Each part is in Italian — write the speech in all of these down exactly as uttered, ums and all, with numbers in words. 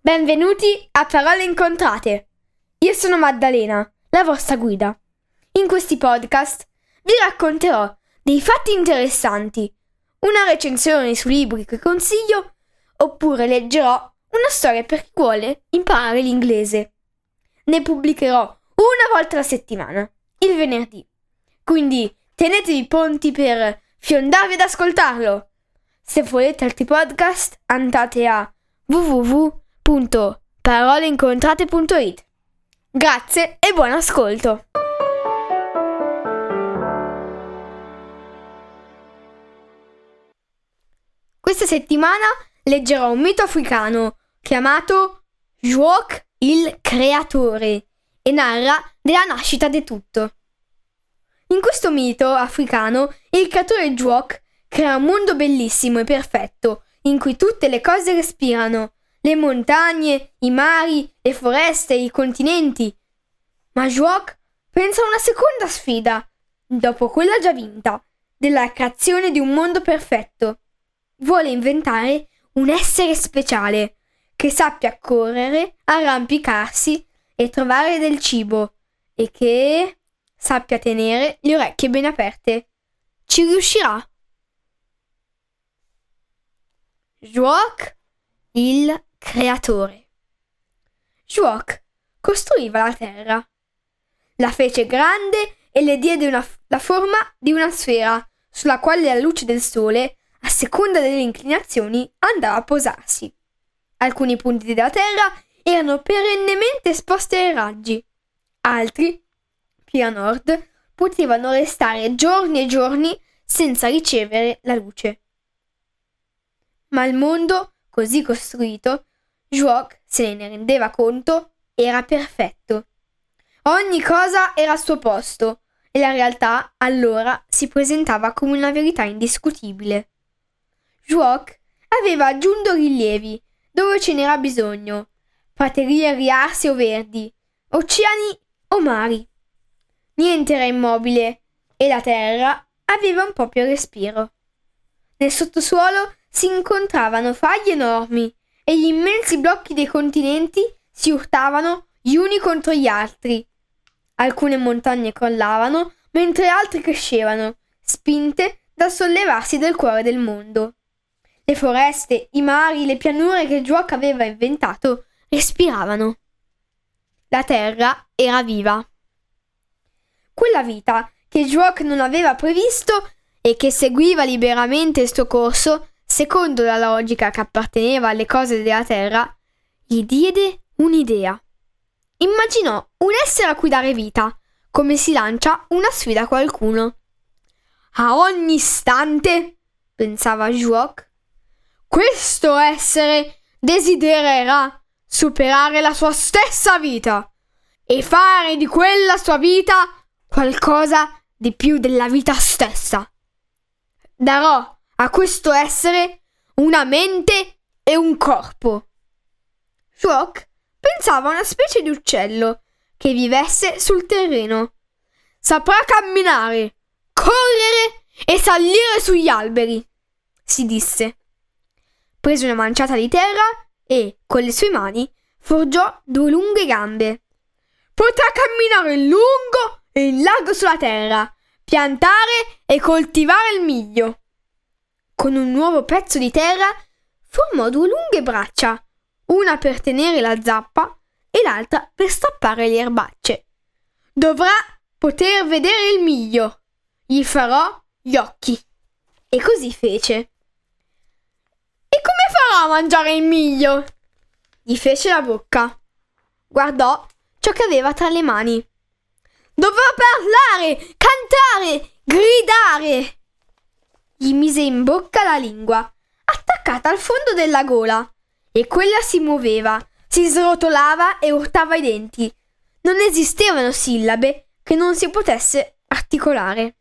Benvenuti a Parole Incontrate. Io sono Maddalena, la vostra guida. In questi podcast vi racconterò dei fatti interessanti, una recensione su libri che consiglio, oppure leggerò una storia per chi vuole imparare l'inglese. Ne pubblicherò una volta alla settimana, il venerdì. Quindi tenetevi pronti per fiondarvi ad ascoltarlo. Se volete altri podcast, andate a w w w punto parole incontrate punto i t. Grazie e buon ascolto! Questa settimana leggerò un mito africano chiamato Jouok il creatore e narra della nascita di tutto. In questo mito africano il creatore Jouok crea un mondo bellissimo e perfetto in cui tutte le cose respirano, le montagne, i mari, le foreste, i continenti. Ma Jouok pensa a una seconda sfida, dopo quella già vinta, della creazione di un mondo perfetto. Vuole inventare un essere speciale che sappia correre, arrampicarsi e trovare del cibo e che sappia tenere le orecchie ben aperte. Ci riuscirà? Jouok il creatore. Jouok costruiva la terra. La fece grande e le diede una, la forma di una sfera sulla quale la luce del sole, a seconda delle inclinazioni, andava a posarsi. Alcuni punti della terra erano perennemente esposti ai raggi. Altri, più a nord, potevano restare giorni e giorni senza ricevere la luce. Ma il mondo, così costruito, Jouok, se ne rendeva conto, era perfetto. Ogni cosa era al suo posto e la realtà allora si presentava come una verità indiscutibile. Jouok aveva aggiunto rilievi dove ce n'era bisogno, praterie riarse o verdi, oceani o mari. Niente era immobile e la terra aveva un po' più respiro. Nel sottosuolo si incontravano faglie enormi e gli immensi blocchi dei continenti si urtavano gli uni contro gli altri. Alcune montagne crollavano, mentre altre crescevano, spinte dal sollevarsi del cuore del mondo. Le foreste, i mari, le pianure che Jouok aveva inventato respiravano. La terra era viva. Quella vita che Jouok non aveva previsto e che seguiva liberamente il suo corso, secondo la logica che apparteneva alle cose della terra, gli diede un'idea. Immaginò un essere a cui dare vita, come si lancia una sfida a qualcuno. A ogni istante, pensava Jouok, questo essere desidererà superare la sua stessa vita e fare di quella sua vita qualcosa di più della vita stessa. Darò a questo essere una mente e un corpo. Jouok pensava a una specie di uccello che vivesse sul terreno. Saprà camminare, correre e salire sugli alberi, si disse. Prese una manciata di terra e, con le sue mani, forgiò due lunghe gambe. Potrà camminare in lungo e in largo sulla terra, piantare e coltivare il miglio. Con un nuovo pezzo di terra formò due lunghe braccia, una per tenere la zappa e l'altra per stappare le erbacce. Dovrà poter vedere il miglio. Gli farò gli occhi. E così fece. E come farà a mangiare il miglio? Gli fece la bocca. Guardò ciò che aveva tra le mani. Dovrà parlare, cantare, gridare. Gli mise in bocca la lingua, attaccata al fondo della gola, e quella si muoveva, si srotolava e urtava i denti. Non esistevano sillabe che non si potesse articolare.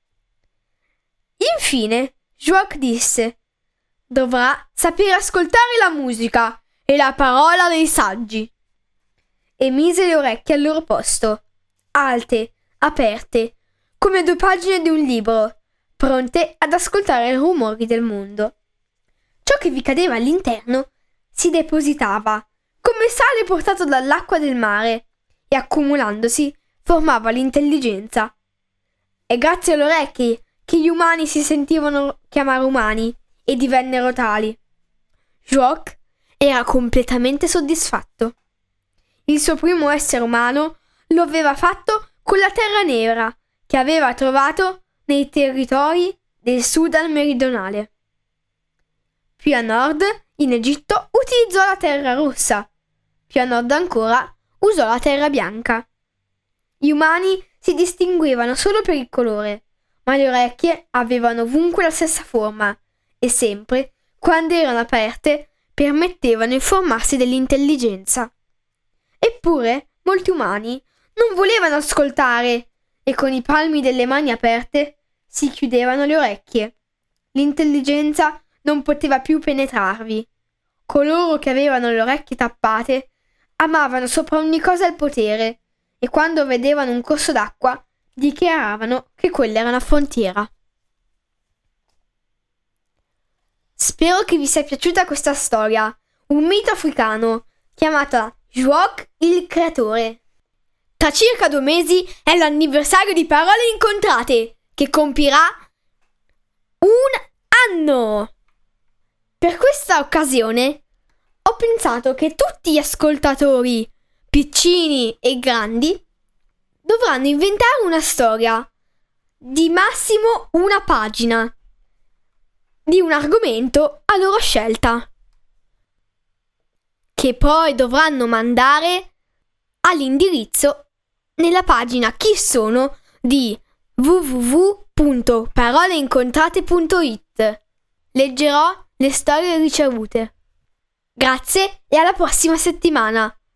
Infine, Jouok disse: dovrà sapere ascoltare la musica e la parola dei saggi. E mise le orecchie al loro posto, alte, aperte, come due pagine di un libro, pronte ad ascoltare i rumori del mondo. Ciò che vi cadeva all'interno si depositava, come sale portato dall'acqua del mare e accumulandosi formava l'intelligenza. È grazie alle orecchie che gli umani si sentivano chiamare umani e divennero tali. Jacques era completamente soddisfatto. Il suo primo essere umano lo aveva fatto con la terra nera che aveva trovato nei territori del Sudan meridionale. Più a nord, in Egitto, utilizzò la terra rossa. Più a nord ancora, usò la terra bianca. Gli umani si distinguevano solo per il colore, ma le orecchie avevano ovunque la stessa forma e sempre, quando erano aperte, permettevano il formarsi dell'intelligenza. Eppure, molti umani non volevano ascoltare e con i palmi delle mani aperte si chiudevano le orecchie. L'intelligenza non poteva più penetrarvi. Coloro che avevano le orecchie tappate amavano sopra ogni cosa il potere e quando vedevano un corso d'acqua dichiaravano che quella era una frontiera. Spero che vi sia piaciuta questa storia, un mito africano, chiamata Jacques il creatore. Tra circa due mesi è l'anniversario di Parole Incontrate, che compirà un anno. Per questa occasione ho pensato che tutti gli ascoltatori, piccini e grandi, dovranno inventare una storia di massimo una pagina di un argomento a loro scelta, che poi dovranno mandare all'indirizzo nella pagina Chi sono di w w w punto parole incontrate punto i t. Leggerò le storie ricevute. Grazie e alla prossima settimana!